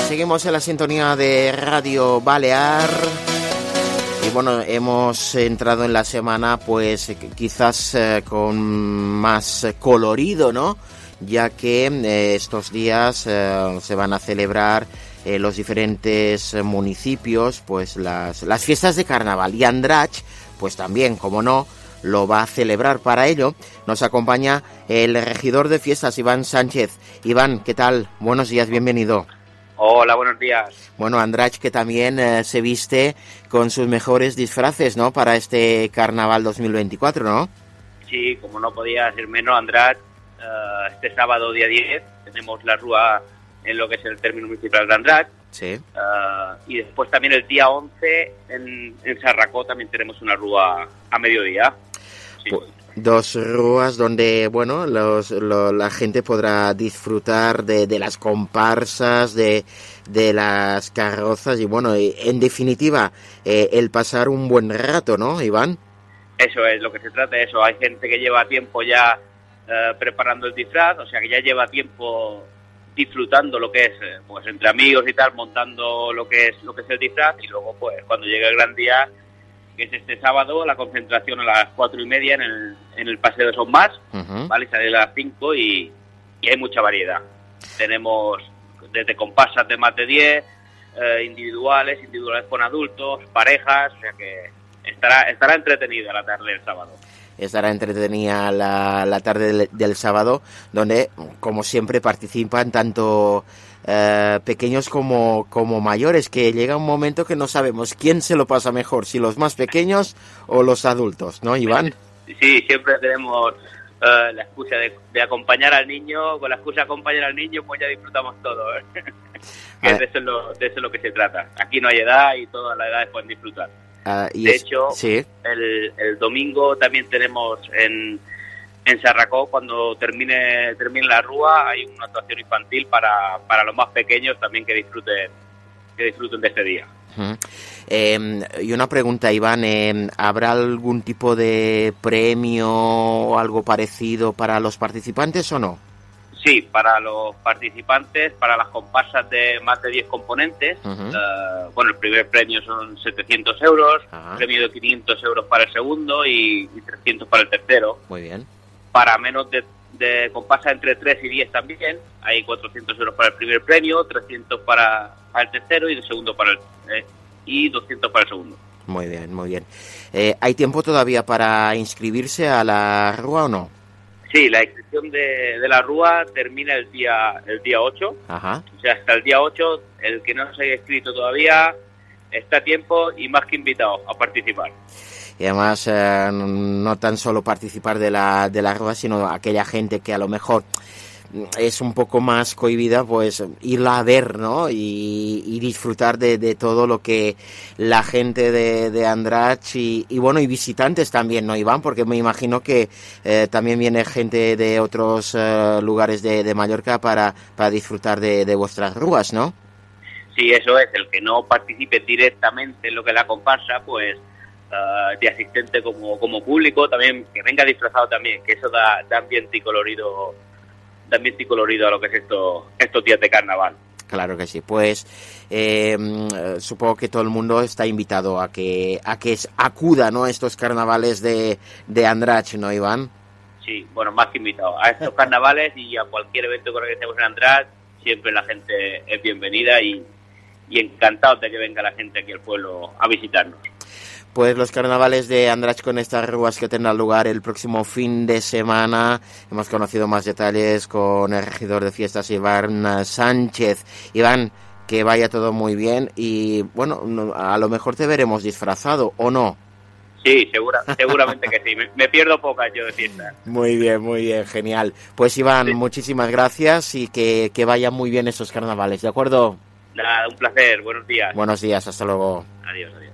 Seguimos en la sintonía de Radio Balear y bueno, hemos entrado en la semana pues quizás con más colorido, ¿no? Ya que estos días se van a celebrar en los diferentes municipios pues las fiestas de carnaval, y Andratx pues también, como no, lo va a celebrar. Para ello nos acompaña el regidor de fiestas, Iván Sánchez. Iván, ¿qué tal? Buenos días, bienvenido. Hola, buenos días. Bueno, Andratx, que también se viste con sus mejores disfraces, ¿no?, para este Carnaval 2024, ¿no? Sí, como no podía ser menos, Andratx, este sábado, día 10, tenemos la rúa en lo que es el término municipal de Andratx. Sí. Y después también el día 11 en Sarracó también tenemos una rúa a mediodía. Sí. Dos rúas donde, bueno, la gente podrá disfrutar de las comparsas, de las carrozas y, bueno, en definitiva, el pasar un buen rato, ¿no, Iván? Eso es, lo que se trata de eso. Hay gente que lleva tiempo ya preparando el disfraz, o sea que ya lleva tiempo disfrutando lo que es, pues entre amigos y tal, montando lo que es el disfraz, y luego, pues, cuando llegue el gran día, que es este sábado, la concentración a las 4:30 en el Paseo de Son Mas, ¿vale? Sale a las 5 y hay mucha variedad. Tenemos desde comparsas de más de 10, individuales con adultos, parejas, o sea que estará entretenida la tarde del sábado. Estará entretenida la tarde del sábado, donde, como siempre, participan tanto pequeños como mayores, que llega un momento que no sabemos quién se lo pasa mejor, si los más pequeños o los adultos, ¿no, Iván? Sí, siempre tenemos la excusa de acompañar al niño. Con la excusa de acompañar al niño, pues ya disfrutamos todo, ¿eh? Que de eso es lo que se trata. Aquí no hay edad y todas las edades pueden disfrutar. De hecho, sí. el domingo también tenemos en Sarracó, cuando termine la rúa, hay una actuación infantil para los más pequeños también que disfruten de este día. Y una pregunta, Iván, ¿habrá algún tipo de premio o algo parecido para los participantes o no? Sí, para los participantes, para las comparsas de más de 10 componentes, bueno, el primer premio son 700 euros, premio de 500 euros para el segundo y 300 para el tercero. Muy bien. Para menos de comparsas entre 3 y 10 también, hay 400 euros para el primer premio, 300 para el tercero y el segundo y 200 para el segundo. Muy bien, muy bien. ¿Hay tiempo todavía para inscribirse a la rúa o no? Sí, la inscripción de la rúa termina el día 8. Ajá. O sea, hasta el día 8, el que no se haya inscrito todavía está a tiempo y más que invitado a participar. Y además, no tan solo participar de la rúa, sino aquella gente que a lo mejor es un poco más cohibida, pues irla a ver, ¿no? Y disfrutar de todo lo que la gente de Andratx y bueno, y visitantes también, ¿no, Iván? Porque me imagino que también viene gente de otros lugares de Mallorca para disfrutar de vuestras rúas, ¿no? Sí, eso es. El que no participe directamente en lo que es la comparsa, pues de asistente como público, también que venga disfrazado también, que eso da ambiente y colorido. También colorido a lo que es estos días de carnaval. Claro que sí. Pues supongo que todo el mundo está invitado a que acuda, ¿no?, a estos carnavales de Andratx, ¿no, Iván? Sí, bueno, más que invitado. A estos carnavales y a cualquier evento que organicemos en Andratx, siempre la gente es bienvenida y encantados de que venga la gente aquí al pueblo a visitarnos. Pues los carnavales de Andratx, con estas rúas que tendrán lugar el próximo fin de semana. Hemos conocido más detalles con el regidor de fiestas, Iván Sánchez. Iván, que vaya todo muy bien y, bueno, a lo mejor te veremos disfrazado, ¿o no? Sí, seguramente que sí. Me pierdo pocas yo de fiesta. Muy bien, genial. Pues, Iván, sí, muchísimas gracias y que vayan muy bien esos carnavales, ¿de acuerdo? Nada, un placer. Buenos días. Buenos días, hasta luego. Adiós.